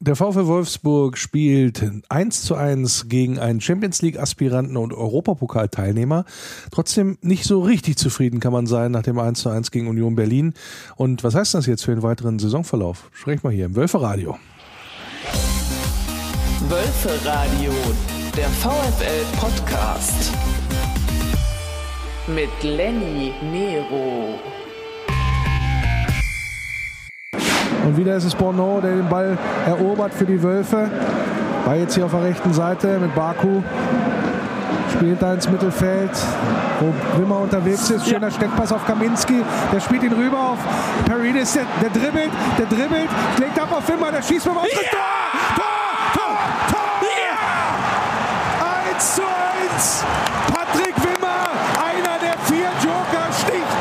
Der VfL Wolfsburg spielt 1:1 gegen einen Champions-League-Aspiranten und Europapokalteilnehmer. Trotzdem nicht so richtig zufrieden kann man sein nach dem 1:1 gegen Union Berlin. Und was heißt das jetzt für den weiteren Saisonverlauf? Sprechen wir hier im Wölferadio. Wölferadio, der VfL-Podcast mit Lenny Nero. Und wieder ist es Borneau, der den Ball erobert für die Wölfe. Ball jetzt hier auf der rechten Seite mit Baku. Spielt da ins Mittelfeld, wo Wimmer unterwegs ist. Schöner Steckpass auf Kaminski. Der spielt ihn rüber auf Paredes. Der dribbelt, legt ab auf Wimmer, der schießt beim Ausritt. Tor! 1:1. Patrick Wimmer, einer der 4 Joker, sticht.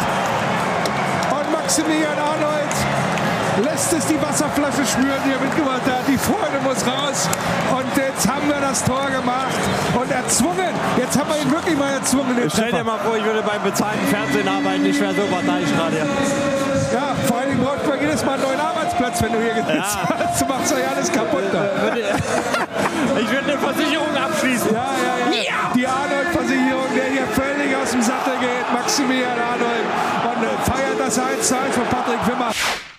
Und Maximilian Arnold lässt es die Wasserflasche spüren, die er mitgebracht hat. Die Freude muss raus. Und jetzt haben wir das Tor gemacht und erzwungen. Jetzt haben wir ihn wirklich mal erzwungen. Stell dir mal vor, ich würde beim bezahlten Fernsehen arbeiten. Ich wäre so parteiisch gerade hier. Ja, vor allem braucht man jedes Mal einen neuen Arbeitsplatz, wenn du hier gesetzt hast. Du machst ja alles kaputt da. Ich würde eine Versicherung abschließen. Ja. Die Arnold-Versicherung, der hier völlig aus dem Sattel geht. Maximilian Arnold. Und feiert das 1:1 von Patrick Wimmer.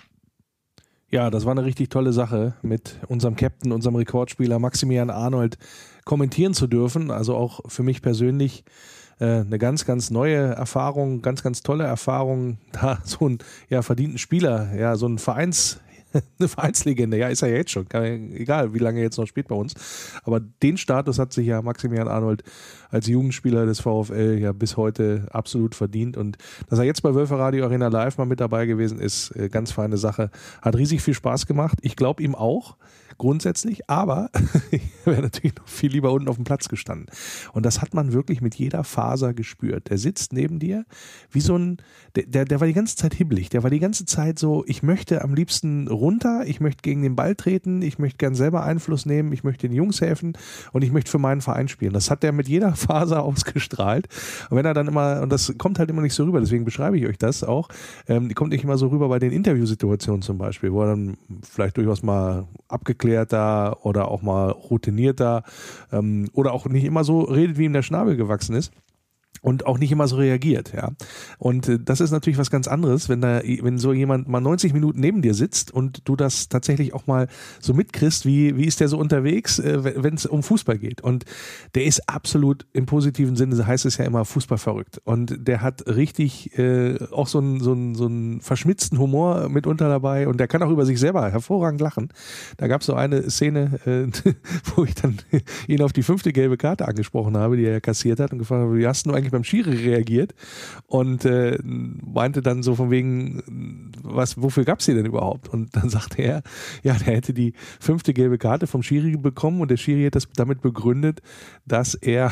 Ja, das war eine richtig tolle Sache, mit unserem Captain, unserem Rekordspieler Maximilian Arnold kommentieren zu dürfen. Also auch für mich persönlich eine ganz, ganz neue Erfahrung, ganz, ganz tolle Erfahrung, da so einen verdienten Spieler, so ein eine Vereinslegende, ist er ja jetzt schon, egal wie lange er jetzt noch spielt bei uns, aber den Status hat sich ja Maximilian Arnold als Jugendspieler des VfL bis heute absolut verdient, und dass er jetzt bei Wölferadio Arena Live mal mit dabei gewesen ist, ganz feine Sache, hat riesig viel Spaß gemacht, ich glaube ihm auch, grundsätzlich, aber ich wäre natürlich noch viel lieber unten auf dem Platz gestanden. Und das hat man wirklich mit jeder Faser gespürt. Der sitzt neben dir wie so ein, der war die ganze Zeit hibbelig, der war die ganze Zeit so, ich möchte am liebsten runter, ich möchte gegen den Ball treten, ich möchte gern selber Einfluss nehmen, ich möchte den Jungs helfen und ich möchte für meinen Verein spielen. Das hat der mit jeder Faser ausgestrahlt. Und wenn er dann immer, und das kommt halt immer nicht so rüber, deswegen beschreibe ich euch das auch, die kommt nicht immer so rüber bei den Interviewsituationen zum Beispiel, wo er dann vielleicht durchaus mal abgeklärter oder auch mal routinierter oder auch nicht immer so redet, wie ihm der Schnabel gewachsen ist. Und auch nicht immer so reagiert, Und das ist natürlich was ganz anderes, wenn so jemand mal 90 Minuten neben dir sitzt und du das tatsächlich auch mal so mitkriegst, wie ist der so unterwegs, wenn es um Fußball geht. Und der ist absolut im positiven Sinne, heißt es ja immer, Fußball verrückt. Und der hat richtig auch so einen verschmitzten Humor mitunter dabei, und der kann auch über sich selber hervorragend lachen. Da gab es so eine Szene, wo ich dann ihn auf die 5. gelbe Karte angesprochen habe, die er kassiert hat, und gefragt habe, wie hast du eigentlich beim Schiri reagiert, und meinte dann so von wegen, wofür gab's die denn überhaupt? Und dann sagte er, der hätte die 5. gelbe Karte vom Schiri bekommen, und der Schiri hat das damit begründet, dass er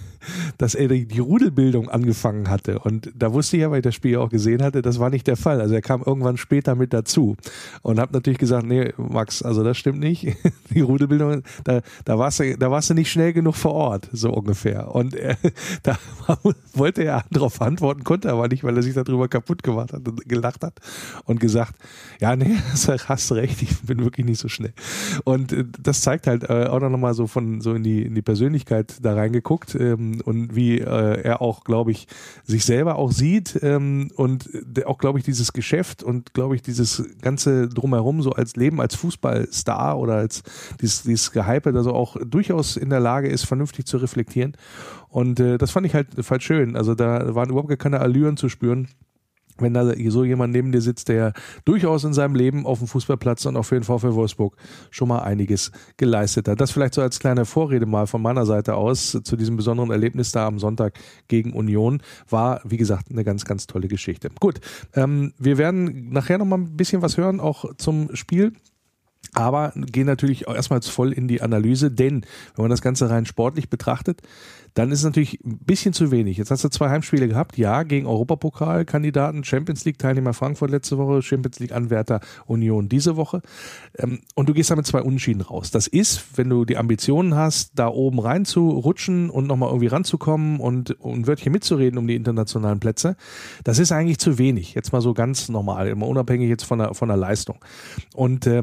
die Rudelbildung angefangen hatte. Und da wusste ich ja, weil ich das Spiel auch gesehen hatte, das war nicht der Fall. Also er kam irgendwann später mit dazu und habe natürlich gesagt, nee, Max, also das stimmt nicht. Die Rudelbildung, da warst du nicht schnell genug vor Ort, so ungefähr. Und da wollte er darauf antworten, konnte aber nicht, weil er sich darüber kaputt gemacht hat und gelacht hat und gesagt, hast recht, ich bin wirklich nicht so schnell. Und das zeigt halt auch noch mal so in die Persönlichkeit da reingeguckt, und wie er auch, glaube ich, sich selber auch sieht, und auch, glaube ich, dieses Geschäft und, glaube ich, dieses ganze Drumherum so als Leben als Fußballstar oder als dieses Gehype, also auch durchaus in der Lage ist, vernünftig zu reflektieren. Und das fand ich halt schön. Also da waren überhaupt gar keine Allüren zu spüren, wenn da so jemand neben dir sitzt, der durchaus in seinem Leben auf dem Fußballplatz und auch für den VfL Wolfsburg schon mal einiges geleistet hat. Das vielleicht so als kleine Vorrede mal von meiner Seite aus zu diesem besonderen Erlebnis da am Sonntag gegen Union. War, wie gesagt, eine ganz, ganz tolle Geschichte. Gut, wir werden nachher noch mal ein bisschen was hören, auch zum Spiel. Aber gehen natürlich auch erstmals voll in die Analyse, denn wenn man das Ganze rein sportlich betrachtet, dann ist es natürlich ein bisschen zu wenig. Jetzt hast du 2 Heimspiele gehabt, gegen Europapokalkandidaten, Champions League Teilnehmer Frankfurt letzte Woche, Champions League Anwärter Union diese Woche, und du gehst damit 2 Unentschieden raus. Das ist, wenn du die Ambitionen hast, da oben rein zu rutschen und nochmal irgendwie ranzukommen und ein Wörtchen mitzureden um die internationalen Plätze, das ist eigentlich zu wenig. Jetzt mal so ganz normal, immer unabhängig jetzt von der Leistung. Und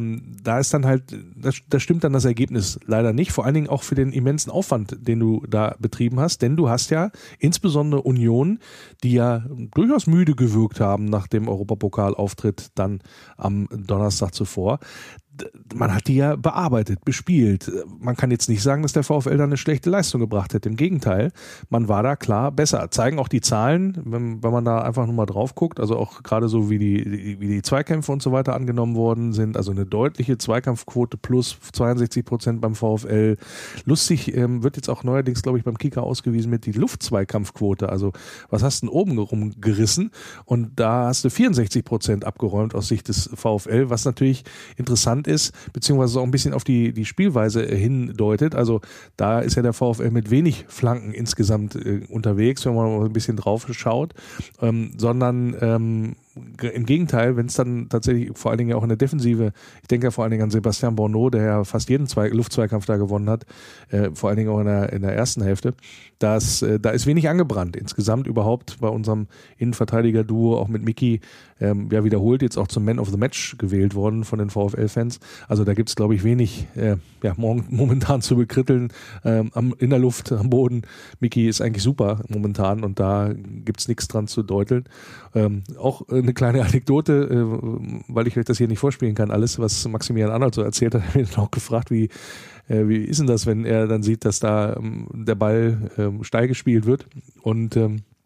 da ist dann halt, da stimmt dann das Ergebnis leider nicht, vor allen Dingen auch für den immensen Aufwand, den du da betrieben hast, denn du hast ja insbesondere Union, die ja durchaus müde gewirkt haben nach dem Europapokalauftritt dann am Donnerstag zuvor. Man hat die ja bearbeitet, bespielt. Man kann jetzt nicht sagen, dass der VfL da eine schlechte Leistung gebracht hätte. Im Gegenteil, man war da klar besser. Zeigen auch die Zahlen, wenn man da einfach nur mal drauf guckt, also auch gerade so wie die Zweikämpfe und so weiter angenommen worden sind, also eine deutliche Zweikampfquote plus 62% beim VfL. Lustig wird jetzt auch neuerdings, glaube ich, beim Kicker ausgewiesen mit die Luftzweikampfquote. Also was hast du denn oben rumgerissen? Und da hast du 64% abgeräumt aus Sicht des VfL, was natürlich interessant ist, beziehungsweise auch ein bisschen auf die Spielweise hindeutet. Also da ist ja der VfL mit wenig Flanken insgesamt unterwegs, wenn man mal ein bisschen drauf schaut, sondern im Gegenteil, wenn es dann tatsächlich vor allen Dingen auch in der Defensive, ich denke ja vor allen Dingen an Sebastian Borneau, der ja fast jeden Luftzweikampf da gewonnen hat, vor allen Dingen auch in der ersten Hälfte, da ist wenig angebrannt. Insgesamt überhaupt bei unserem Innenverteidiger-Duo, auch mit Miki, wiederholt jetzt auch zum Man of the Match gewählt worden von den VfL-Fans. Also da gibt es, glaube ich, wenig momentan zu bekritteln in der Luft, am Boden. Miki ist eigentlich super momentan und da gibt es nichts dran zu deuteln. Auch eine kleine Anekdote, weil ich euch das hier nicht vorspielen kann, alles, was Maximilian Arnold so erzählt hat, habe ich dann auch gefragt, wie ist denn das, wenn er dann sieht, dass da der Ball steil gespielt wird und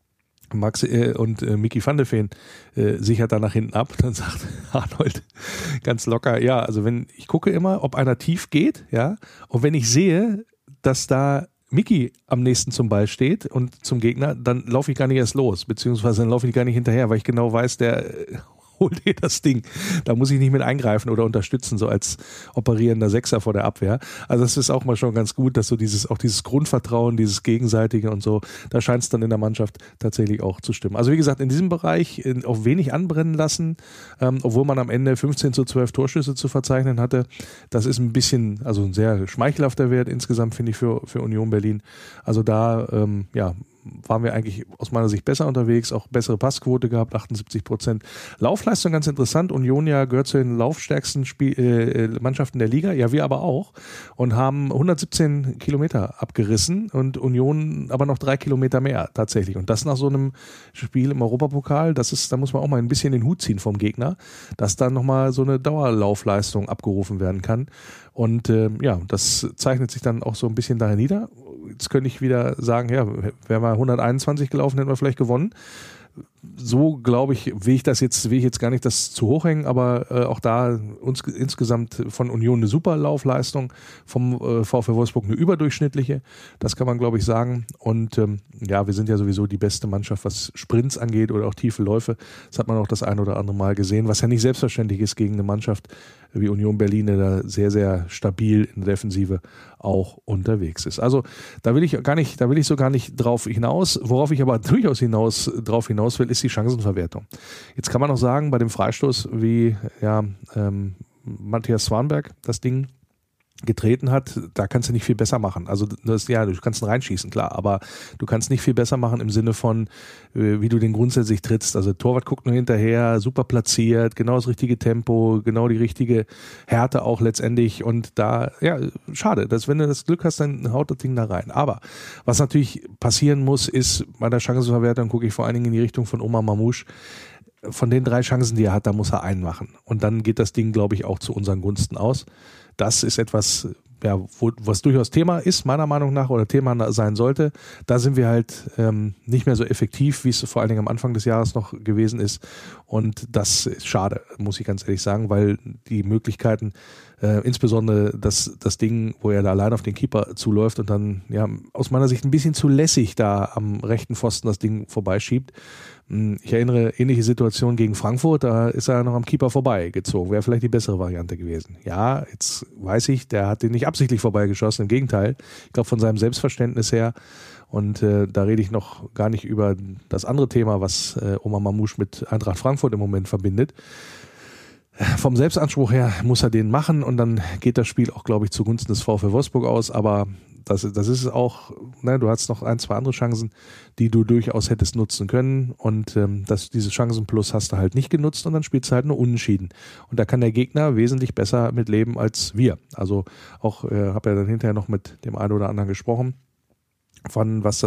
Micky van de Veen sichert da nach hinten ab, dann sagt Arnold ganz locker, ja, also ich gucke immer, ob einer tief geht, ja, und wenn ich sehe, dass da Miki am nächsten zum Ball steht und zum Gegner, dann laufe ich gar nicht erst los, beziehungsweise dann laufe ich gar nicht hinterher, weil ich genau weiß, der holt das Ding. Da muss ich nicht mit eingreifen oder unterstützen, so als operierender Sechser vor der Abwehr. Also das ist auch mal schon ganz gut, dass so dieses Grundvertrauen, dieses Gegenseitige und so, da scheint es dann in der Mannschaft tatsächlich auch zu stimmen. Also wie gesagt, in diesem Bereich auch wenig anbrennen lassen, obwohl man am Ende 15-12 Torschüsse zu verzeichnen hatte. Das ist ein bisschen, also ein sehr schmeichelhafter Wert insgesamt, finde ich, für Union Berlin. Also da, waren wir eigentlich aus meiner Sicht besser unterwegs, auch bessere Passquote gehabt, 78%. Laufleistung ganz interessant, Union ja gehört zu den laufstärksten Mannschaften der Liga, ja wir aber auch, und haben 117 Kilometer abgerissen und Union aber noch 3 Kilometer mehr tatsächlich. Und das nach so einem Spiel im Europapokal, da muss man auch mal ein bisschen den Hut ziehen vom Gegner, dass da nochmal so eine Dauerlaufleistung abgerufen werden kann. Und das zeichnet sich dann auch so ein bisschen daher nieder. Jetzt könnte ich wieder sagen, ja, wären wir 121 gelaufen, hätten wir vielleicht gewonnen. So, glaube ich, will ich jetzt gar nicht das zu hoch hängen, aber auch da uns insgesamt von Union eine super Laufleistung, vom VfL Wolfsburg eine überdurchschnittliche, das kann man, glaube ich, sagen. Und wir sind ja sowieso die beste Mannschaft, was Sprints angeht oder auch tiefe Läufe. Das hat man auch das ein oder andere Mal gesehen, was ja nicht selbstverständlich ist gegen eine Mannschaft wie Union Berlin, der da sehr, sehr stabil in der Defensive auch unterwegs ist. Also da will ich so gar nicht drauf hinaus. Worauf ich aber durchaus drauf hinaus will, ist die Chancenverwertung. Jetzt kann man auch sagen, bei dem Freistoß, wie Matthias Swanberg das Ding getreten hat, da kannst du nicht viel besser machen. Also du kannst ihn reinschießen, klar, aber du kannst nicht viel besser machen im Sinne von, wie du den grundsätzlich trittst. Also Torwart guckt nur hinterher, super platziert, genau das richtige Tempo, genau die richtige Härte auch letztendlich und da, schade, dass wenn du das Glück hast, dann haut das Ding da rein. Aber was natürlich passieren muss, ist, bei der Chancenverwertung gucke ich vor allen Dingen in die Richtung von Omar Mamouche. Von den 3 Chancen, die er hat, da muss er einen machen. Und dann geht das Ding, glaube ich, auch zu unseren Gunsten aus. Das ist etwas, was durchaus Thema ist, meiner Meinung nach, oder Thema sein sollte. Da sind wir halt nicht mehr so effektiv, wie es vor allen Dingen am Anfang des Jahres noch gewesen ist. Und das ist schade, muss ich ganz ehrlich sagen, weil die Möglichkeiten, insbesondere das Ding, wo er da allein auf den Keeper zuläuft und dann aus meiner Sicht ein bisschen zu lässig da am rechten Pfosten das Ding vorbeischiebt. Ich erinnere, ähnliche Situation gegen Frankfurt, da ist er noch am Keeper vorbeigezogen. Wäre vielleicht die bessere Variante gewesen. Ja, jetzt weiß ich, der hat den nicht absichtlich vorbeigeschossen, im Gegenteil. Ich glaube, von seinem Selbstverständnis her. Und da rede ich noch gar nicht über das andere Thema, was Omar Mamouche mit Eintracht Frankfurt im Moment verbindet. Vom Selbstanspruch her muss er den machen und dann geht das Spiel auch, glaube ich, zugunsten des VfL Wolfsburg aus, aber das ist auch, ne, du hast noch 1, 2 andere Chancen, die du durchaus hättest nutzen können und dieses Chancenplus hast du halt nicht genutzt und dann spielst du halt nur unentschieden. Und da kann der Gegner wesentlich besser mit leben als wir. Also auch, habe ja dann hinterher noch mit dem einen oder anderen gesprochen, von was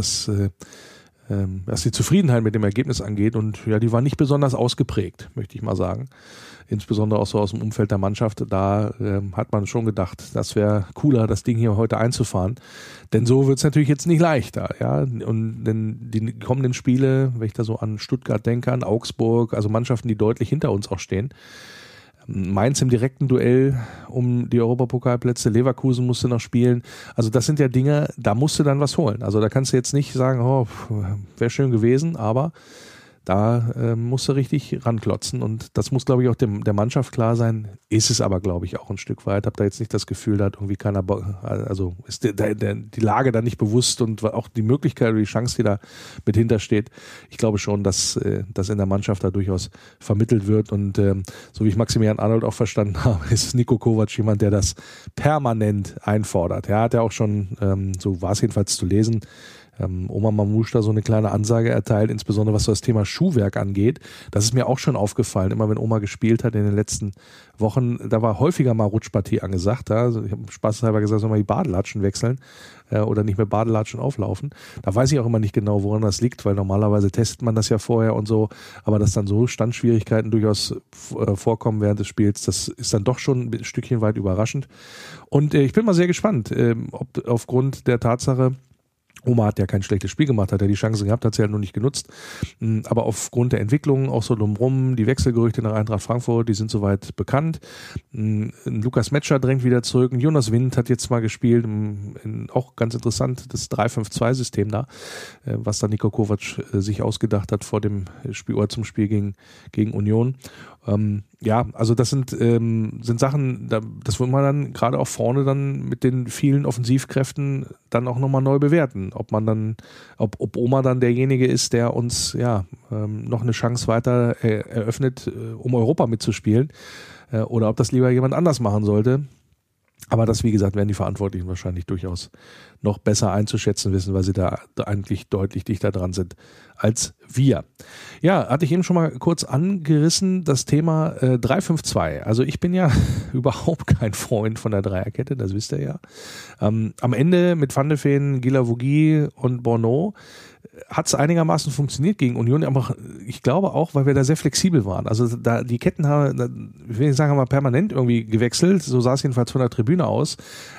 die Zufriedenheit mit dem Ergebnis angeht und ja, die war nicht besonders ausgeprägt, möchte ich mal sagen. Insbesondere auch so aus dem Umfeld der Mannschaft, da hat man schon gedacht, das wäre cooler, das Ding hier heute einzufahren. Denn so wird es natürlich jetzt nicht leichter. Ja? Und denn die kommenden Spiele, wenn ich da so an Stuttgart denke, an Augsburg, also Mannschaften, die deutlich hinter uns auch stehen, Mainz im direkten Duell um die Europapokalplätze, Leverkusen musste noch spielen. Also das sind ja Dinge, da musst du dann was holen. Also da kannst du jetzt nicht sagen, oh, wäre schön gewesen, aber da musst du richtig ranklotzen und das muss, glaube ich, auch der Mannschaft klar sein. Ist es aber, glaube ich, auch ein Stück weit. Habe da jetzt nicht das Gefühl, da hat irgendwie keiner, also ist die Lage da nicht bewusst und auch die Möglichkeit oder die Chance, die da mit hintersteht. Ich glaube schon, dass das in der Mannschaft da durchaus vermittelt wird und so wie ich Maximilian Arnold auch verstanden habe, ist Niko Kovac jemand, der das permanent einfordert. Er hat ja auch schon, so war es jedenfalls zu lesen, Omar Mamouche da so eine kleine Ansage erteilt, insbesondere was so das Thema Schuhwerk angeht. Das ist mir auch schon aufgefallen, immer wenn Omar gespielt hat in den letzten Wochen, da war häufiger mal Rutschpartie angesagt. Ja? Also ich habe spaßhalber gesagt, soll mal die Badelatschen wechseln oder nicht mehr Badelatschen auflaufen. Da weiß ich auch immer nicht genau, woran das liegt, weil normalerweise testet man das ja vorher und so, aber dass dann so Standschwierigkeiten durchaus vorkommen während des Spiels, das ist dann doch schon ein Stückchen weit überraschend. Und ich bin mal sehr gespannt, ob aufgrund der Tatsache, Omar hat ja kein schlechtes Spiel gemacht, hat ja die Chancen gehabt, hat sie halt noch nicht genutzt. Aber aufgrund der Entwicklung, auch so drumherum, die Wechselgerüchte nach Eintracht Frankfurt, die sind soweit bekannt. Lukas Metscher drängt wieder zurück. Jonas Wind hat jetzt mal gespielt, auch ganz interessant, das 3-5-2-System da, was dann Niko Kovac sich ausgedacht hat vor dem Spiel oder zum Spiel gegen Union. Ja, also das sind Sachen, das wird man dann gerade auch vorne dann mit den vielen Offensivkräften dann auch nochmal neu bewerten. Ob Omar dann derjenige ist, der uns noch eine Chance weiter eröffnet, um Europa mitzuspielen, oder ob das lieber jemand anders machen sollte. Aber das, wie gesagt, werden die Verantwortlichen wahrscheinlich durchaus noch besser einzuschätzen wissen, weil sie da eigentlich deutlich dichter dran sind als wir. Ja, hatte ich eben schon mal kurz angerissen, das Thema 3-5-2. Also ich bin ja überhaupt kein Freund von der Dreierkette, das wisst ihr ja. Am Ende mit Van de Ven, Guilavogui und Borneau hat es einigermaßen funktioniert gegen Union, aber ich glaube auch, weil wir da sehr flexibel waren. Also da die Ketten haben, ich will nicht sagen, haben wir permanent irgendwie gewechselt, so sah es jedenfalls von der Tribüne aus,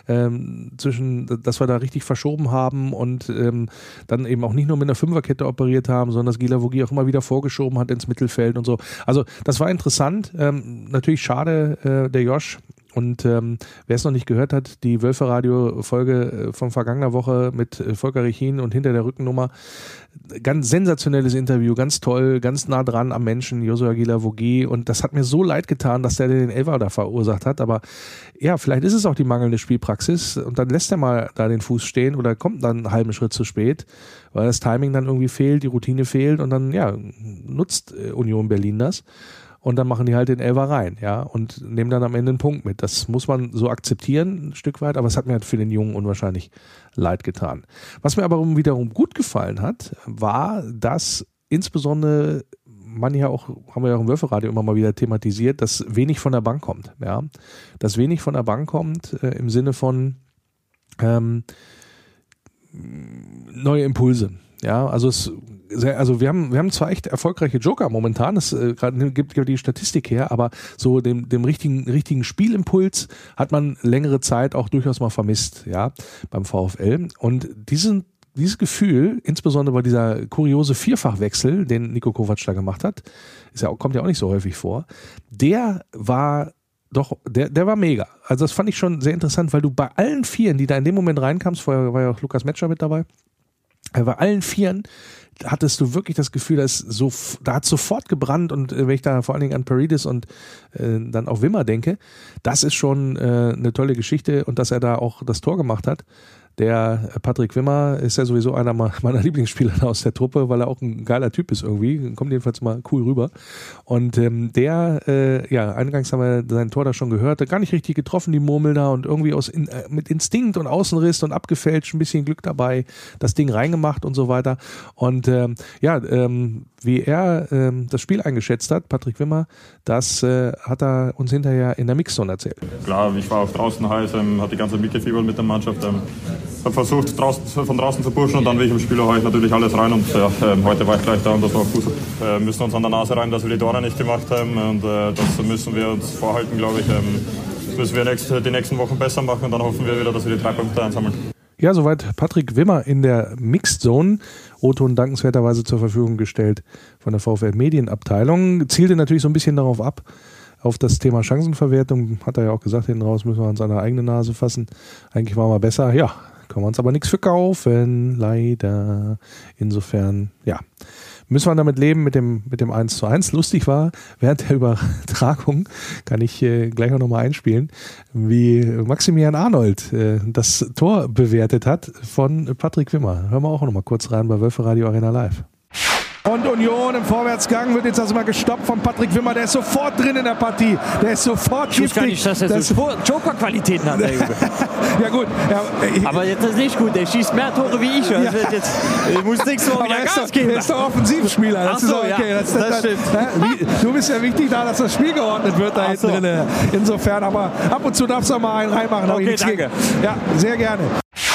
dass wir da richtig verschoben haben und dann eben auch nicht nur mit einer Fünferkette operiert haben, sondern dass Guilavogui auch immer wieder vorgeschoben hat ins Mittelfeld und so. Also das war interessant, natürlich schade, der Josh. Und wer es noch nicht gehört hat, die Wölfe-Radio-Folge von vergangener Woche mit Volker Rechin und hinter der Rückennummer, ganz sensationelles Interview, ganz toll, ganz nah dran am Menschen, Joshua Guilavogui, und das hat mir so leid getan, dass der den Elfer da verursacht hat, aber ja, vielleicht ist es auch die mangelnde Spielpraxis und dann lässt er mal da den Fuß stehen oder kommt dann einen halben Schritt zu spät, weil das Timing dann irgendwie fehlt, die Routine fehlt und dann, ja, nutzt Union Berlin das. Und dann machen die halt den Elfer rein, ja, und nehmen dann am Ende einen Punkt mit. Das muss man so akzeptieren, ein Stück weit, aber es hat mir halt für den Jungen unwahrscheinlich leid getan. Was mir aber wiederum gut gefallen hat, war, dass insbesondere haben wir ja auch im Wölfe-Radio immer mal wieder thematisiert, dass wenig von der Bank kommt, ja. Dass wenig von der Bank kommt, im Sinne von neue Impulse. Ja, also wir haben zwar echt erfolgreiche Joker momentan, das gibt ja die Statistik her, aber so dem richtigen Spielimpuls hat man längere Zeit auch durchaus mal vermisst, ja, beim VfL. Und dieses Gefühl, insbesondere bei dieser kuriose Vierfachwechsel, den Niko Kovac da gemacht hat, kommt ja auch nicht so häufig vor, der war mega. Also das fand ich schon sehr interessant, weil du bei allen Vieren, die da in dem Moment reinkamst, vorher war ja auch Lukas Metscher mit dabei, bei allen Vieren hattest du wirklich das Gefühl, da hat sofort gebrannt und wenn ich da vor allen Dingen an Paredes und dann auch Wimmer denke, das ist schon eine tolle Geschichte und dass er da auch das Tor gemacht hat, Der Patrick Wimmer ist ja sowieso einer meiner Lieblingsspieler aus der Truppe, weil er auch ein geiler Typ ist irgendwie. Kommt jedenfalls mal cool rüber. Und eingangs haben wir sein Tor da schon gehört, gar nicht richtig getroffen, die Murmel da, und irgendwie mit Instinkt und Außenriss und abgefälscht, ein bisschen Glück dabei, das Ding reingemacht und so weiter. Und wie er das Spiel eingeschätzt hat, Patrick Wimmer, das hat er uns hinterher in der Mixzone erzählt. Klar, ich war auch draußen heiß, hat die ganze Zeit mitgefiebert mit der Mannschaft, habe versucht von draußen zu pushen, und dann, wie ich im Spiel haue ich natürlich alles rein, und heute war ich gleich da, und das war gut. Wir müssen uns an der Nase rein, dass wir die Tore nicht gemacht haben, und das müssen wir uns vorhalten, glaube ich. Das müssen wir die nächsten Wochen besser machen, und dann hoffen wir wieder, dass wir die 3 Punkte einsammeln. Ja, soweit Patrick Wimmer in der Mixed Zone. O-Ton dankenswerterweise zur Verfügung gestellt von der VfL Medienabteilung. Zielte natürlich so ein bisschen darauf ab, auf das Thema Chancenverwertung. Hat er ja auch gesagt, hinten raus müssen wir uns an der eigenen Nase fassen. Eigentlich waren wir besser. Ja, können wir uns aber nichts verkaufen, leider. Insofern, ja, müssen wir damit leben mit dem 1:1. Lustig war, während der Übertragung, kann ich gleich auch nochmal einspielen, wie Maximilian Arnold das Tor bewertet hat von Patrick Wimmer. Hören wir auch nochmal kurz rein bei Wölfe Radio Arena Live. Und Union im Vorwärtsgang wird jetzt also mal gestoppt von Patrick Wimmer. Der ist sofort drin in der Partie. Der ist sofort giftig. Ich weiß gar nicht, dass er so Joker-Qualitäten hat, der Junge. Ja gut. Ja, aber jetzt ist nicht gut. Der schießt mehr Tore wie ich. Also ja. Ich muss nichts so wieder Gas geben. Er ist doch Offensivspieler. Das ist okay. Ja, das stimmt. Du bist ja wichtig da, dass das Spiel geordnet wird da hinten drin. Insofern, aber ab und zu darfst du mal einen reinmachen. Okay, danke. Ja, sehr gerne.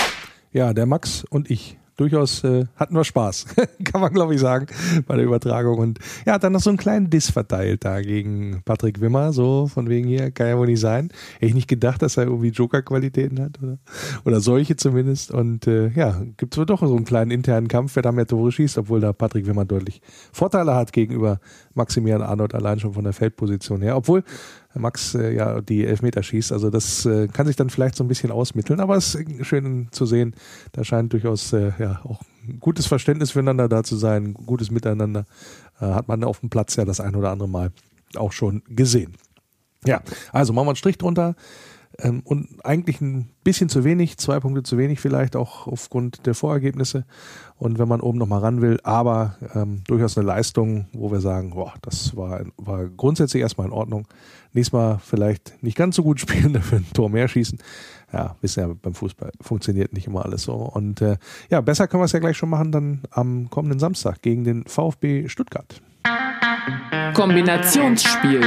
Ja, der Max und ich. Durchaus hatten wir Spaß, kann man glaube ich sagen, bei der Übertragung. Und ja, hat dann noch so einen kleinen Diss verteilt da gegen Patrick Wimmer, so von wegen hier, kann ja wohl nicht sein. Hätte ich nicht gedacht, dass er irgendwie Joker-Qualitäten hat oder solche zumindest. Und gibt es wohl doch so einen kleinen internen Kampf, wer da mehr Tore schießt, obwohl da Patrick Wimmer deutlich Vorteile hat gegenüber Maximilian Arnold, allein schon von der Feldposition her. Obwohl Max die Elfmeter schießt, also das kann sich dann vielleicht so ein bisschen ausmitteln, aber es ist schön zu sehen, da scheint durchaus auch ein gutes Verständnis füreinander da zu sein, ein gutes Miteinander, hat man auf dem Platz ja das ein oder andere Mal auch schon gesehen. Ja, also machen wir einen Strich drunter. Und eigentlich ein bisschen zu wenig, 2 Punkte zu wenig vielleicht, auch aufgrund der Vorergebnisse. Und wenn man oben nochmal ran will, aber durchaus eine Leistung, wo wir sagen, das war grundsätzlich erstmal in Ordnung. Nächstes Mal vielleicht nicht ganz so gut spielen, dafür ein Tor mehr schießen. Ja, wissen ja, beim Fußball funktioniert nicht immer alles so. Und besser können wir es ja gleich schon machen dann am kommenden Samstag gegen den VfB Stuttgart. Kombinationsspiel.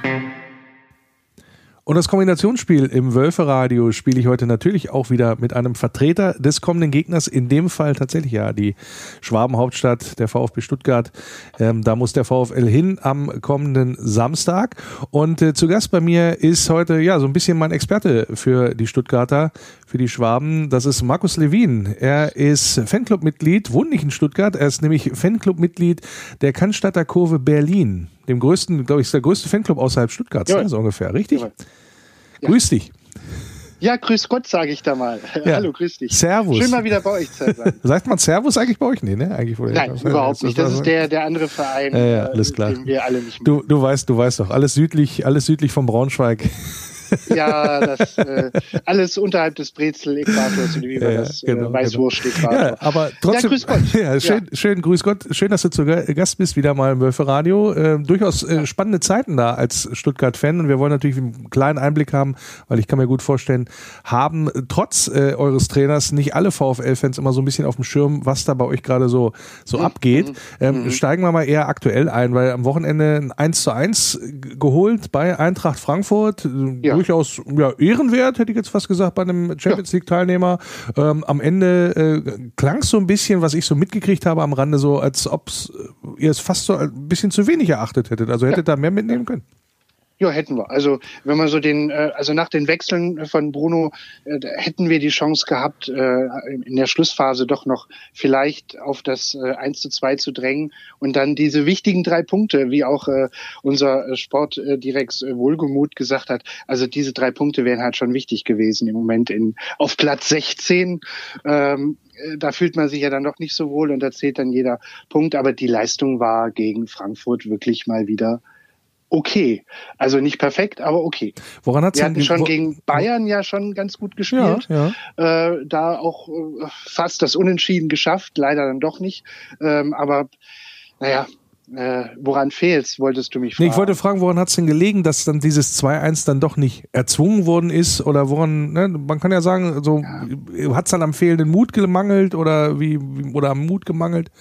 Und das Kombinationsspiel im Wölfe-Radio spiele ich heute natürlich auch wieder mit einem Vertreter des kommenden Gegners, in dem Fall tatsächlich ja die Schwabenhauptstadt, der VfB Stuttgart. Da muss der VfL hin am kommenden Samstag. Und zu Gast bei mir ist heute so ein bisschen mein Experte für die Stuttgarter, für die Schwaben. Das ist Markus Lewin. Er ist Fanclub-Mitglied, wohnt nicht in Stuttgart. Er ist nämlich Fanclub-Mitglied der Cannstatter Kurve Berlin. Dem größten, glaube ich, ist der größte Fanclub außerhalb Stuttgarts, so ungefähr, richtig? Ja. Grüß dich. Ja, grüß Gott, sage ich da mal. Ja. Hallo, grüß dich. Servus. Schön mal wieder bei euch zu sein. Sagt man Servus eigentlich bei euch? Nee, ne? Eigentlich Nein, überhaupt nicht. Das ist der andere Verein, alles klar. den wir alle nicht mögen. Du weißt doch, alles südlich von Braunschweig. Ja, das alles unterhalb des Brezel-Äquators, wie man das Weißwurst-Äquator. Ja, aber trotzdem, grüß Gott. Schön, grüß Gott. Schön, dass du zu Gast bist, wieder mal im Wölfe-Radio. Durchaus spannende Zeiten da als Stuttgart-Fan, und wir wollen natürlich einen kleinen Einblick haben, weil ich kann mir gut vorstellen, haben trotz eures Trainers nicht alle VfL-Fans immer so ein bisschen auf dem Schirm, was da bei euch gerade so abgeht. Steigen wir mal eher aktuell ein, weil am Wochenende ein 1:1 geholt bei Eintracht Frankfurt. Durchaus ehrenwert, hätte ich jetzt fast gesagt, bei einem Champions-League-Teilnehmer. Am Ende klang es so ein bisschen, was ich so mitgekriegt habe am Rande, so als ob ihr es fast so ein bisschen zu wenig erachtet hättet. Also hättet da mehr mitnehmen können. Ja, hätten wir. Also wenn man so nach den Wechseln von Bruno hätten wir die Chance gehabt, in der Schlussphase doch noch vielleicht auf das 1:2 zu drängen und dann diese wichtigen 3 Punkte, wie auch unser Sportdirex Wohlgemuth gesagt hat. Also diese 3 Punkte wären halt schon wichtig gewesen im Moment auf Platz 16. Da fühlt man sich ja dann doch nicht so wohl, und da zählt dann jeder Punkt. Aber die Leistung war gegen Frankfurt wirklich mal wieder okay. Also nicht perfekt, aber okay. Woran hat's Wir hatten schon gegen Bayern ja schon ganz gut gespielt. Ja. Da auch fast das Unentschieden geschafft, leider dann doch nicht. Aber naja, woran fehlt's, wolltest du mich fragen? Nee, ich wollte fragen, woran hat's denn gelegen, dass dann dieses 2-1 dann doch nicht erzwungen worden ist? Oder woran, ne? Man kann ja sagen, so hat's dann am fehlenden Mut gemangelt oder oder am Mut gemangelt?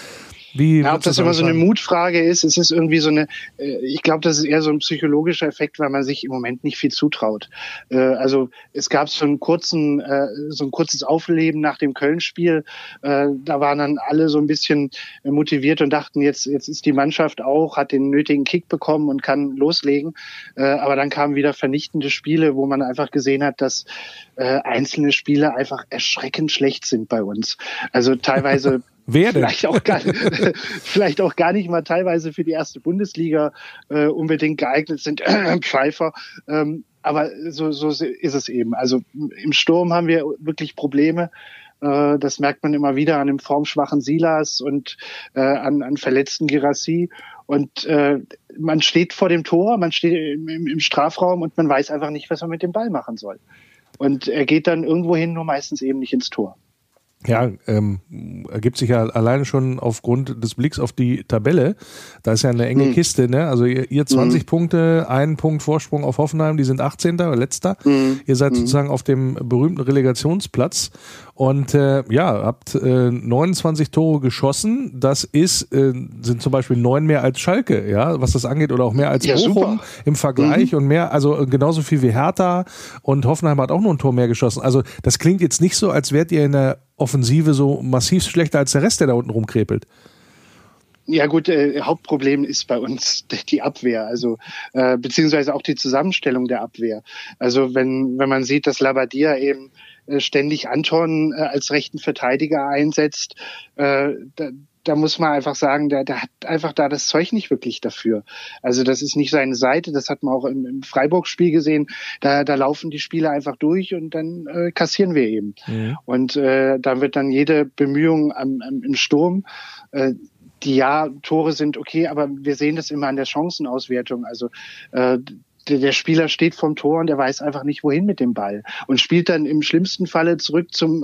Ob das immer so eine Mutfrage ist, es ist irgendwie so eine, ich glaube, das ist eher so ein psychologischer Effekt, weil man sich im Moment nicht viel zutraut. Also es gab so ein kurzes Aufleben nach dem Köln-Spiel. Da waren dann alle so ein bisschen motiviert und dachten, jetzt ist die Mannschaft auch, hat den nötigen Kick bekommen und kann loslegen. Aber dann kamen wieder vernichtende Spiele, wo man einfach gesehen hat, dass einzelne Spiele einfach erschreckend schlecht sind bei uns. Also teilweise Wer denn? Vielleicht auch gar nicht mal teilweise für die erste Bundesliga unbedingt geeignet sind. Pfeiffer. Aber so ist es eben. Also im Sturm haben wir wirklich Probleme. Das merkt man immer wieder an dem formschwachen Silas und an verletzten Girassi. Und man steht vor dem Tor, man steht im Strafraum und man weiß einfach nicht, was man mit dem Ball machen soll. Und er geht dann irgendwo hin, nur meistens eben nicht ins Tor. Ja, ergibt sich ja alleine schon aufgrund des Blicks auf die Tabelle. Da ist ja eine enge Kiste, ne? Also ihr 20 Punkte, 1 Punkt Vorsprung auf Hoffenheim, die sind 18. oder letzter. Ihr seid sozusagen auf dem berühmten Relegationsplatz und habt 29 Tore geschossen. Das sind zum Beispiel 9 mehr als Schalke, ja, was das angeht, oder auch mehr als Bochum im Vergleich und mehr, also genauso viel wie Hertha, und Hoffenheim hat auch nur ein Tor mehr geschossen. Also das klingt jetzt nicht so, als wärt ihr in der Offensive so massiv schlechter als der Rest, der da unten rumkrepelt. Ja gut, Hauptproblem ist bei uns die Abwehr, also beziehungsweise auch die Zusammenstellung der Abwehr. Also wenn man sieht, dass Labbadia eben ständig Anton als rechten Verteidiger einsetzt, da muss man einfach sagen, der hat einfach da das Zeug nicht wirklich dafür. Also das ist nicht seine Seite, das hat man auch im Freiburg-Spiel gesehen. Da laufen die Spieler einfach durch und dann kassieren wir eben. Mhm. Und da wird dann jede Bemühung im Sturm, die Tore sind okay, aber wir sehen das immer an der Chancenauswertung. Also der Spieler steht vorm Tor und er weiß einfach nicht, wohin mit dem Ball und spielt dann im schlimmsten Falle zurück zum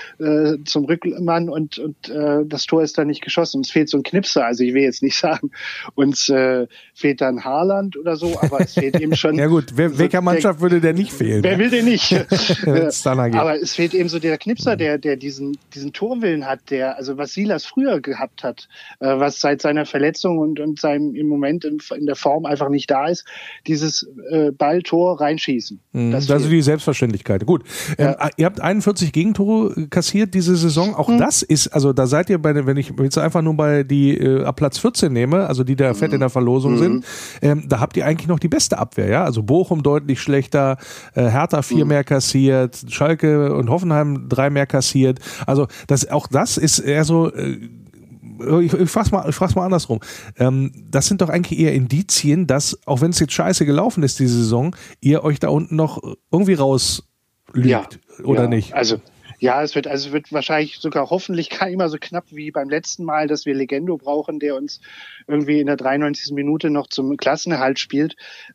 Rückmann und das Tor ist dann nicht geschossen. Uns fehlt so ein Knipser, also ich will jetzt nicht sagen, uns fehlt dann Haaland oder so, aber es fehlt eben schon. Ja gut, welcher Mannschaft würde der nicht fehlen? Wer will den nicht? Aber es fehlt eben so der Knipser, der diesen Torwillen hat, also was Silas früher gehabt hat, was seit seiner Verletzung und seinem im Moment in der Form einfach nicht da ist, dieses Balltor reinschießen. Also die Selbstverständlichkeit. Gut. Ja. Ihr habt 41 Gegentore kassiert diese Saison. Auch das ist, also da seid ihr wenn ich jetzt einfach nur bei die ab Platz 14 nehme, also die da fett in der Verlosung sind, da habt ihr eigentlich noch die beste Abwehr, ja? Also Bochum deutlich schlechter, Hertha 4 mehr kassiert, Schalke und Hoffenheim 3 mehr kassiert. Also das ist eher so, ich frag's mal andersrum. Das sind doch eigentlich eher Indizien, dass, auch wenn es jetzt scheiße gelaufen ist, diese Saison, ihr euch da unten noch irgendwie rauslügt, oder nicht? Also es wird wahrscheinlich sogar hoffentlich gar nicht mal so knapp wie beim letzten Mal, dass wir Legendo brauchen, der uns irgendwie in der 93. Minute noch zum Klassenerhalt spielt.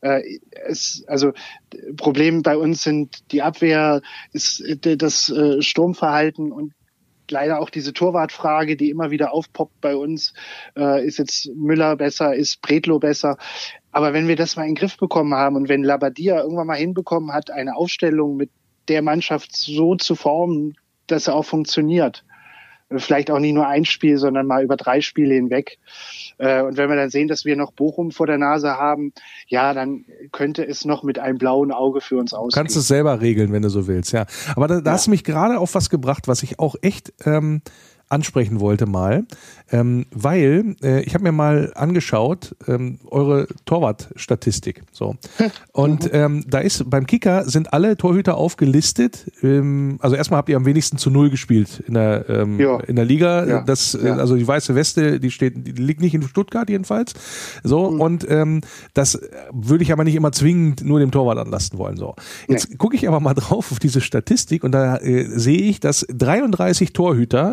Problem bei uns sind die Abwehr, ist das Sturmverhalten und leider auch diese Torwartfrage, die immer wieder aufpoppt bei uns. Ist jetzt Müller besser, ist Bredlow besser? Aber wenn wir das mal in den Griff bekommen haben und wenn Labbadia irgendwann mal hinbekommen hat, eine Aufstellung mit der Mannschaft so zu formen, dass er auch funktioniert, vielleicht auch nicht nur ein Spiel, sondern mal über 3 Spiele hinweg. Und wenn wir dann sehen, dass wir noch Bochum vor der Nase haben, ja, dann könnte es noch mit einem blauen Auge für uns ausgehen. Du kannst es selber regeln, wenn du so willst, ja. Aber da hast du mich gerade auf was gebracht, was ich auch echt ansprechen wollte mal, weil ich habe mir mal angeschaut eure Torwartstatistik, so, und da ist beim Kicker sind alle Torhüter aufgelistet. Also erstmal habt ihr am wenigsten zu 0 gespielt in der Liga. Ja. Also die weiße Weste, die liegt nicht in Stuttgart jedenfalls. So, und das würde ich aber nicht immer zwingend nur dem Torwart anlasten wollen. So, jetzt gucke ich aber mal drauf auf diese Statistik und da sehe ich, dass 33 Torhüter in der Bundesliga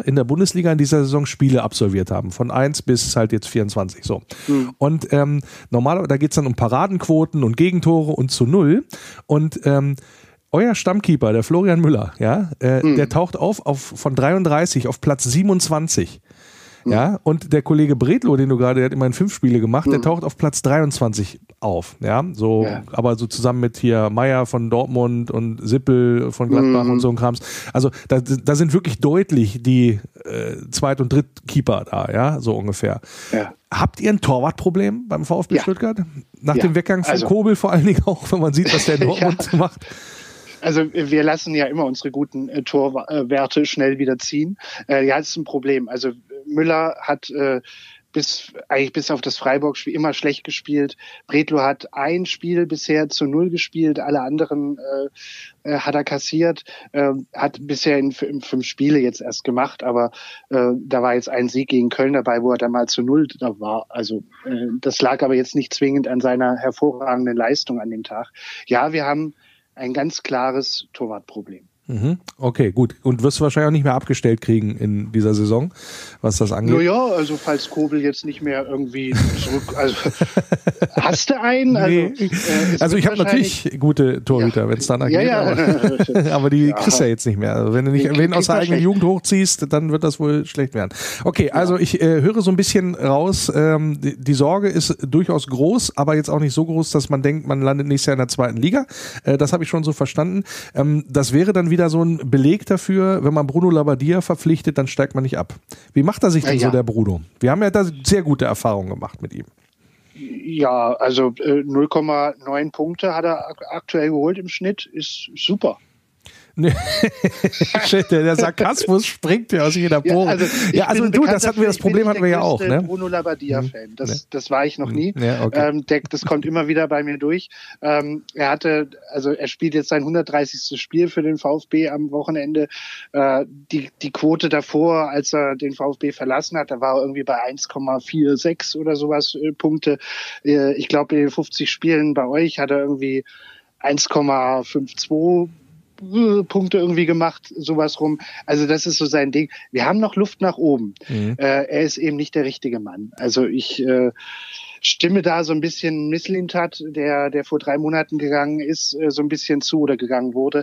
Bundesliga in dieser Saison Spiele absolviert haben. Von 1 bis halt jetzt 24. So. Und normalerweise, da geht es dann um Paradenquoten und Gegentore und zu 0. Und euer Stammkeeper, der Florian Müller, ja, der taucht auf von 33 auf Platz 27. Ja, und der Kollege Bredlow, den du gerade, der hat immerhin 5 Spiele gemacht, der taucht auf Platz 23 auf. Ja, so, aber so zusammen mit hier Meier von Dortmund und Sippel von Gladbach und so ein Krams. Also da sind wirklich deutlich die Zweit- und Drittkeeper da, ja, so ungefähr. Ja. Habt ihr ein Torwartproblem beim VfB Stuttgart? Nach dem Weggang von Kobel vor allen Dingen auch, wenn man sieht, was der in Dortmund macht? Also wir lassen ja immer unsere guten Torwerte schnell wieder ziehen. Ja, das ist ein Problem. Also Müller hat bis auf das Freiburg-Spiel immer schlecht gespielt. Bredlow hat ein Spiel bisher zu 0 gespielt, alle anderen hat er kassiert, hat bisher in 5 Spiele jetzt erst gemacht, aber da war jetzt ein Sieg gegen Köln dabei, wo er dann mal zu 0 da war. Also das lag aber jetzt nicht zwingend an seiner hervorragenden Leistung an dem Tag. Ja, wir haben ein ganz klares Torwartproblem. Okay, gut. Und wirst du wahrscheinlich auch nicht mehr abgestellt kriegen in dieser Saison, was das angeht? Naja, also falls Kobel jetzt nicht mehr irgendwie zurück... Also hast du einen? Also ich habe natürlich gute Torhüter, wenn es danach geht. Aber die kriegst du ja jetzt nicht mehr. Also wenn du nicht wen aus der eigenen Jugend hochziehst, dann wird das wohl schlecht werden. Okay, also ich höre so ein bisschen raus, die Sorge ist durchaus groß, aber jetzt auch nicht so groß, dass man denkt, man landet nächstes Jahr in der 2. Liga. Das habe ich schon so verstanden. Das wäre dann wieder so ein Beleg dafür, wenn man Bruno Labbadia verpflichtet, dann steigt man nicht ab. Wie macht er sich denn so, der Bruno? Wir haben ja da sehr gute Erfahrungen gemacht mit ihm. Ja, also 0,9 Punkte hat er aktuell geholt im Schnitt, ist super. Der Sarkasmus springt ja aus jeder Pore. Das hatten wir, das Problem hatten wir ja auch. Ne? Bruno Labbadia-Fan. Das war ich noch nie. Ja, okay. Das kommt immer wieder bei mir durch. Er spielt jetzt sein 130. Spiel für den VfB am Wochenende. Die Quote davor, als er den VfB verlassen hat, da war er irgendwie bei 1,46 oder sowas Punkte. Ich glaube, in den 50 Spielen bei euch hat er irgendwie 1,52 Punkte irgendwie gemacht, sowas rum. Also das ist so sein Ding. Wir haben noch Luft nach oben. Er ist eben nicht der richtige Mann. Also ich stimme da so ein bisschen Mislintat, der vor 3 Monaten gegangen ist, so ein bisschen zu oder gegangen wurde,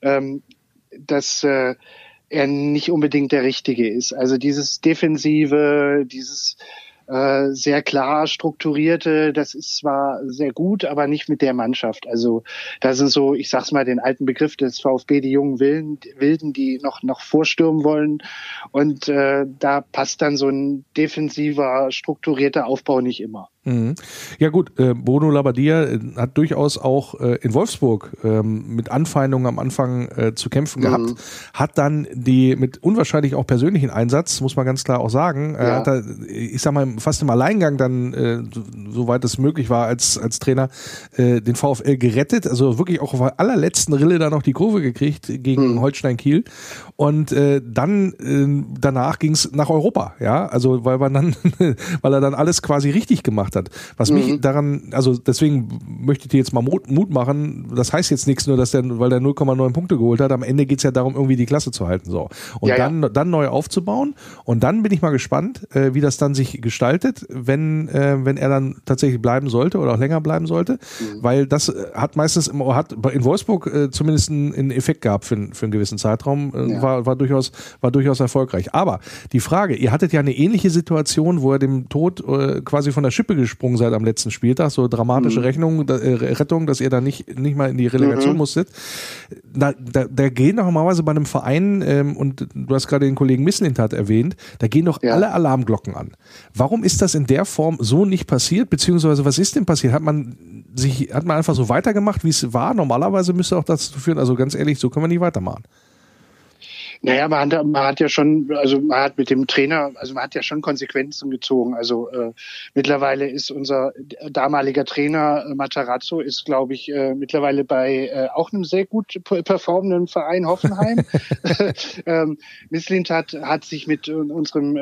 dass er nicht unbedingt der Richtige ist. Also dieses Defensive, dieses sehr klar strukturierte, das ist zwar sehr gut, aber nicht mit der Mannschaft. Also da sind so, ich sag's mal, den alten Begriff des VfB, die jungen Wilden, die noch vorstürmen wollen. Und da passt dann so ein defensiver, strukturierter Aufbau nicht immer. Ja gut, Bruno Labbadia hat durchaus auch in Wolfsburg mit Anfeindungen am Anfang zu kämpfen gehabt, hat dann die mit unwahrscheinlich auch persönlichen Einsatz, muss man ganz klar auch sagen, hat er, ich sag mal, fast im Alleingang dann, soweit es möglich war als Trainer, den VfL gerettet, also wirklich auch auf der allerletzten Rille da noch die Kurve gekriegt gegen Holstein Kiel und danach ging's nach Europa, ja, also weil er dann alles quasi richtig gemacht hat. Was mich daran, also deswegen möchte ich dir jetzt mal Mut machen, das heißt jetzt nichts nur, weil der 0,9 Punkte geholt hat, am Ende geht's ja darum, irgendwie die Klasse zu halten, so. Und dann neu aufzubauen und dann bin ich mal gespannt, wie das dann sich gestaltet, wenn er dann tatsächlich bleiben sollte oder auch länger bleiben sollte, weil das hat meistens in Wolfsburg zumindest einen Effekt gehabt für einen gewissen Zeitraum, war durchaus erfolgreich. Aber die Frage, ihr hattet ja eine ähnliche Situation, wo er dem Tod quasi von der Schippe gesprungen seid am letzten Spieltag, so dramatische Rettung, dass ihr da nicht mal in die Relegation musstet. Da gehen doch normalerweise bei einem Verein, und du hast gerade den Kollegen Mislintat erwähnt, da gehen doch alle Alarmglocken an. Warum ist das in der Form so nicht passiert, beziehungsweise was ist denn passiert? Hat man einfach so weitergemacht, wie es war? Normalerweise müsste auch dazu führen, also ganz ehrlich, so können wir nicht weitermachen. Naja, man hat ja schon, also man hat mit dem Trainer, also man hat ja schon Konsequenzen gezogen. Also mittlerweile ist unser damaliger Trainer Matarazzo ist, glaube ich, mittlerweile bei auch einem sehr gut performenden Verein Hoffenheim. Mislintat hat sich mit unserem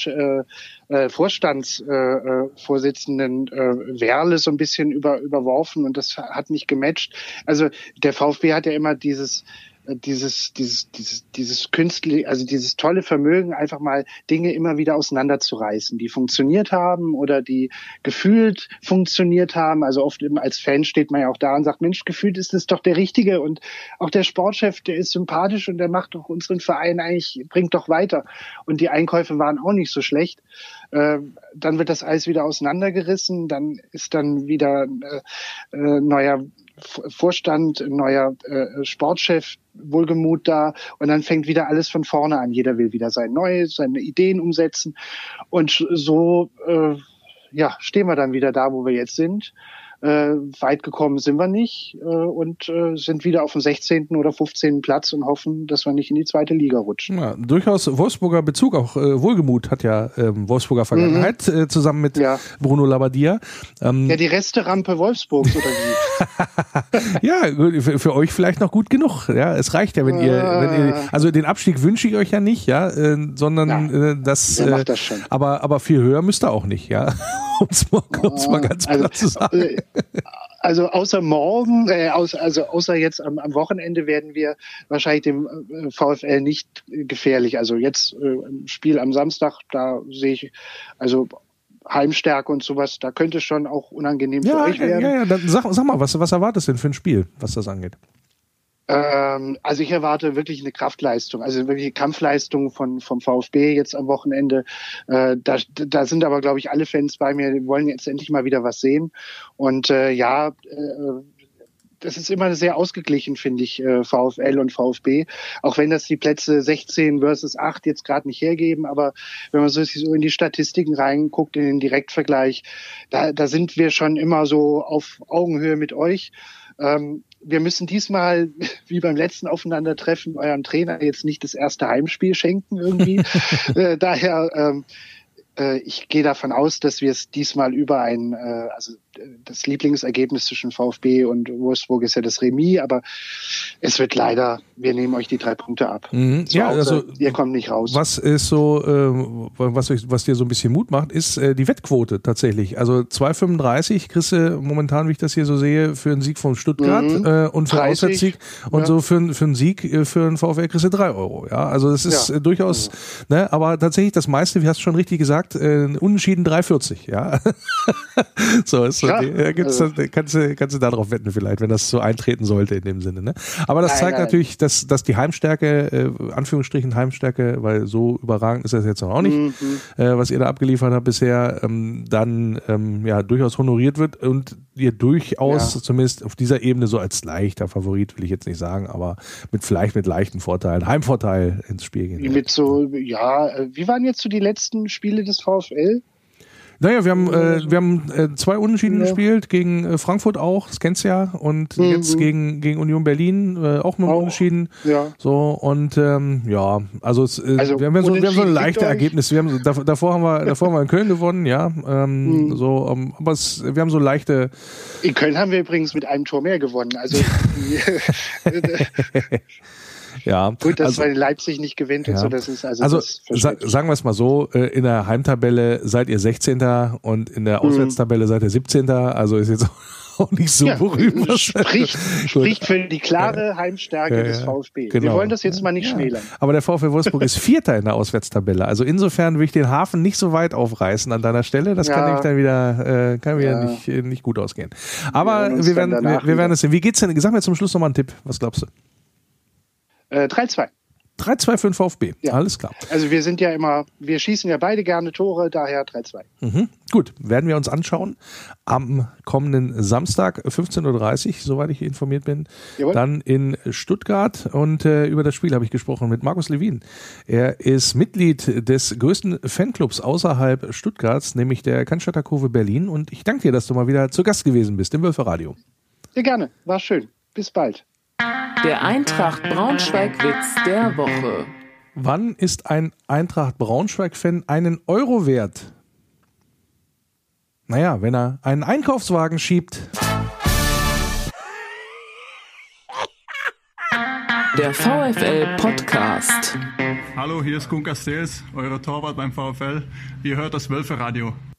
Vorstandsvorsitzenden Werle so ein bisschen überworfen und das hat nicht gematcht. Also der VfB hat ja immer dieses dieses künstliche, also dieses tolle Vermögen, einfach mal Dinge immer wieder auseinanderzureißen, die funktioniert haben oder die gefühlt funktioniert haben. Also oft als Fan steht man ja auch da und sagt, Mensch, gefühlt ist das doch der Richtige und auch der Sportchef, der ist sympathisch und der macht doch unseren Verein eigentlich, bringt doch weiter. Und die Einkäufe waren auch nicht so schlecht. Dann wird das alles wieder auseinandergerissen, dann ist dann wieder neuer Vorstand, neuer Sportchef, Wohlgemut da und dann fängt wieder alles von vorne an. Jeder will wieder seine Ideen umsetzen und so stehen wir dann wieder da, wo wir jetzt sind. Weit gekommen sind wir nicht und sind wieder auf dem 16. oder 15. Platz und hoffen, dass wir nicht in die 2. Liga rutschen. Ja, durchaus Wolfsburger Bezug, auch Wohlgemut hat ja Wolfsburger Vergangenheit zusammen mit Bruno Labbadia. Die Resterampe Wolfsburgs oder wie? Ja, für euch vielleicht noch gut genug. Ja, es reicht ja, wenn ihr also den Abstieg wünsche ich euch ja nicht, ja, sondern das. Wer macht das schon? Aber viel höher müsst ihr auch nicht, ja. um's mal ganz platt zu sagen. Also außer morgen, außer jetzt am Wochenende werden wir wahrscheinlich dem VfL nicht gefährlich. Also jetzt im Spiel am Samstag, da sehe ich also Heimstärke und sowas, da könnte es schon auch unangenehm für euch werden. Ja, dann sag mal, was erwartest du denn für ein Spiel, was das angeht? Also ich erwarte wirklich eine Kraftleistung, also wirklich Kampfleistung vom VfB jetzt am Wochenende. Da sind aber, glaube ich, alle Fans bei mir, die wollen jetzt endlich mal wieder was sehen. Und das ist immer sehr ausgeglichen, finde ich, VfL und VfB. Auch wenn das die Plätze 16 versus 8 jetzt gerade nicht hergeben. Aber wenn man so in die Statistiken reinguckt, in den Direktvergleich, da sind wir schon immer so auf Augenhöhe mit euch. Wir müssen diesmal, wie beim letzten Aufeinandertreffen, eurem Trainer jetzt nicht das erste Heimspiel schenken irgendwie. Daher, ich gehe davon aus, dass wir es diesmal über also das Lieblingsergebnis zwischen VfB und Wolfsburg ist ja das Remis, aber es wird leider, wir nehmen euch die 3 Punkte ab. Ja, also ihr kommt nicht raus. Was ist so, was dir so ein bisschen Mut macht, ist die Wettquote tatsächlich. Also 2,35 kriegst du momentan, wie ich das hier so sehe, für einen Sieg von Stuttgart und für einen Auswärtssieg und so für einen Sieg für einen VfL kriegst du 3 €. Ja, also das ist durchaus, ne, aber tatsächlich das meiste, wie hast du schon richtig gesagt, unentschieden 3,40. Ja, so ist so. Kannst du darauf wetten vielleicht, wenn das so eintreten sollte in dem Sinne. Ne? Aber das zeigt natürlich, dass die Heimstärke, Anführungsstrichen Heimstärke, weil so überragend ist das jetzt noch auch nicht, was ihr da abgeliefert habt bisher, dann durchaus honoriert wird und ihr durchaus zumindest auf dieser Ebene so als leichter Favorit, will ich jetzt nicht sagen, aber vielleicht mit leichten Vorteilen, Heimvorteil ins Spiel gehen. Wie waren jetzt so die letzten Spiele des VfL? Naja, wir haben 2 Unentschieden gespielt, gegen Frankfurt auch, das kennst du ja, und jetzt gegen Union Berlin auch mit Unentschieden. Ja. So, und wir haben so ein leichtes Ergebnis. Davor haben wir in Köln gewonnen, ja. Aber wir haben so leichte. In Köln haben wir übrigens mit einem Tor mehr gewonnen. Also ja. Gut, dass bei Leipzig nicht gewinnt und so, das ist sagen wir es mal so, in der Heimtabelle seid ihr 16. und in der Auswärtstabelle seid ihr 17. Also ist jetzt auch nicht so berühmt. Spricht für die klare Heimstärke des VfB. Genau. Wir wollen das jetzt mal nicht schmälern. Aber der VfL Wolfsburg ist 4. in der Auswärtstabelle. Also insofern will ich den Hafen nicht so weit aufreißen an deiner Stelle. Das kann ich dann wieder, nicht gut ausgehen. Aber wir werden es sehen. Wie geht's denn? Sag mir zum Schluss nochmal einen Tipp. Was glaubst du? 3-2. 3-2 für den VfB, alles klar. Also wir schießen ja beide gerne Tore, daher 3-2. Gut, werden wir uns anschauen am kommenden Samstag 15:30 Uhr, soweit ich informiert bin. Jawohl. Dann in Stuttgart und über das Spiel habe ich gesprochen mit Markus Lewin. Er ist Mitglied des größten Fanclubs außerhalb Stuttgarts, nämlich der Cannstatter Kurve Berlin, und ich danke dir, dass du mal wieder zu Gast gewesen bist im Wölferadio. Sehr gerne, war schön. Bis bald. Der Eintracht Braunschweig-Witz der Woche. Wann ist ein Eintracht Braunschweig-Fan einen Euro wert? Naja, wenn er einen Einkaufswagen schiebt. Der VfL-Podcast. Hallo, hier ist Gun Castells, euer Torwart beim VfL. Ihr hört das Wölferadio.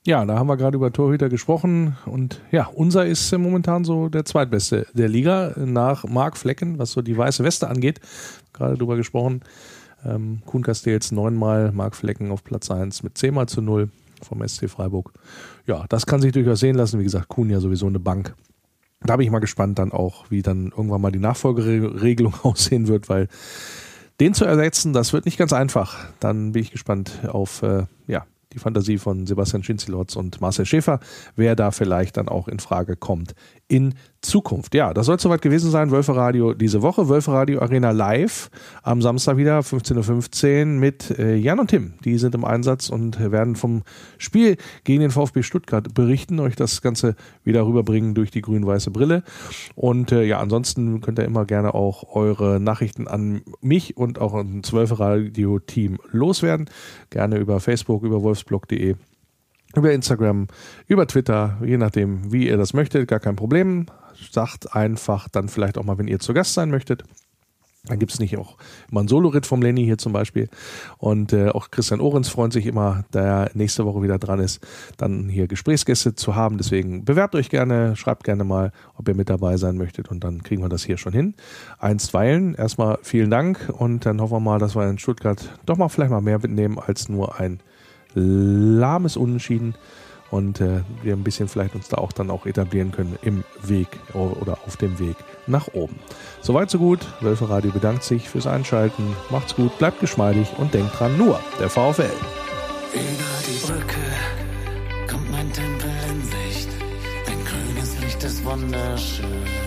Ja, da haben wir gerade über Torhüter gesprochen und ja, unser ist momentan so der zweitbeste der Liga nach Marc Flecken, was so die weiße Weste angeht. Gerade drüber gesprochen. Kuhn Castells 9-mal, Marc Flecken auf Platz 1 mit 10-0 vom SC Freiburg. Ja, das kann sich durchaus sehen lassen. Wie gesagt, Kuhn ja sowieso eine Bank. Da bin ich mal gespannt dann auch, wie dann irgendwann mal die Nachfolgeregelung aussehen wird, weil den zu ersetzen, das wird nicht ganz einfach. Dann bin ich gespannt auf, die Fantasie von Sebastian Schinzilotz und Marcel Schäfer, wer da vielleicht dann auch in Frage kommt in Zukunft. Ja, das soll es soweit gewesen sein. Wölferadio diese Woche. Wölferadio Arena live am Samstag wieder 15.15 Uhr mit Jan und Tim. Die sind im Einsatz und werden vom Spiel gegen den VfB Stuttgart berichten, euch das Ganze wieder rüberbringen durch die grün-weiße Brille. Und ansonsten könnt ihr immer gerne auch eure Nachrichten an mich und auch an das Wölferadio-Team loswerden. Gerne über Facebook, über wolfsblog.de. Über Instagram, über Twitter, je nachdem, wie ihr das möchtet, gar kein Problem. Sagt einfach dann vielleicht auch mal, wenn ihr zu Gast sein möchtet. Dann gibt es nicht auch immer einen Solo-Ritt vom Lenny hier zum Beispiel. Und auch Christian Ohrens freut sich immer, da er nächste Woche wieder dran ist, dann hier Gesprächsgäste zu haben. Deswegen bewerbt euch gerne, schreibt gerne mal, ob ihr mit dabei sein möchtet und dann kriegen wir das hier schon hin. Einstweilen erstmal vielen Dank und dann hoffen wir mal, dass wir in Stuttgart doch mal vielleicht mal mehr mitnehmen als nur ein lahmes Unentschieden und wir ein bisschen vielleicht uns da auch dann auch etablieren können im Weg oder auf dem Weg nach oben. Soweit so gut. Wölferadio bedankt sich fürs Einschalten. Macht's gut, bleibt geschmeidig und denkt dran, nur der VfL. Über die Brücke kommt mein Tempel in Sicht. Ein grünes Licht ist wunderschön.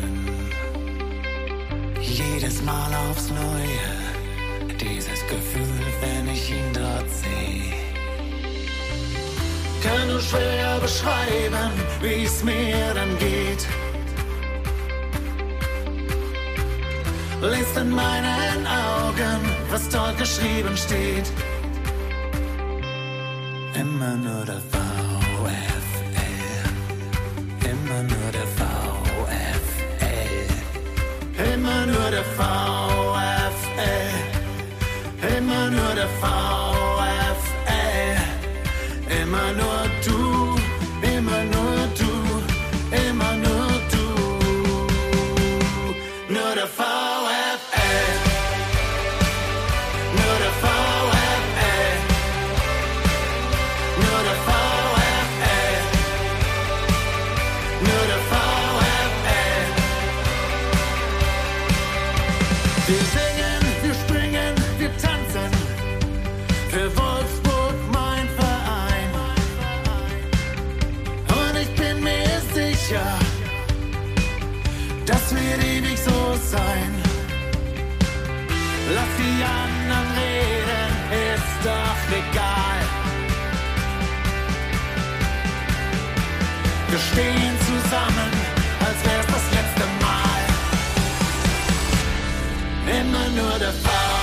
Jedes Mal aufs Neue, dieses Gefühl, wenn ich ihn dort sehe. Kann nur schwer beschreiben, wie es mir dann geht. Lest in meinen Augen, was dort geschrieben steht. Immer nur der VfL, immer nur der VfL, immer nur der VfL, immer nur der VfL. Immer nur du, immer nur du, immer nur du. Nur der VfL, nur der VfL, nur der VfL, nur der VfL. Wir singen, wir springen, wir tanzen für Wolfsburg, mein Verein. Und ich bin mir sicher, das wird ewig so sein. Lass die anderen reden, ist doch egal. Wir stehen zusammen, als wär's das letzte Mal. Immer nur der VfL.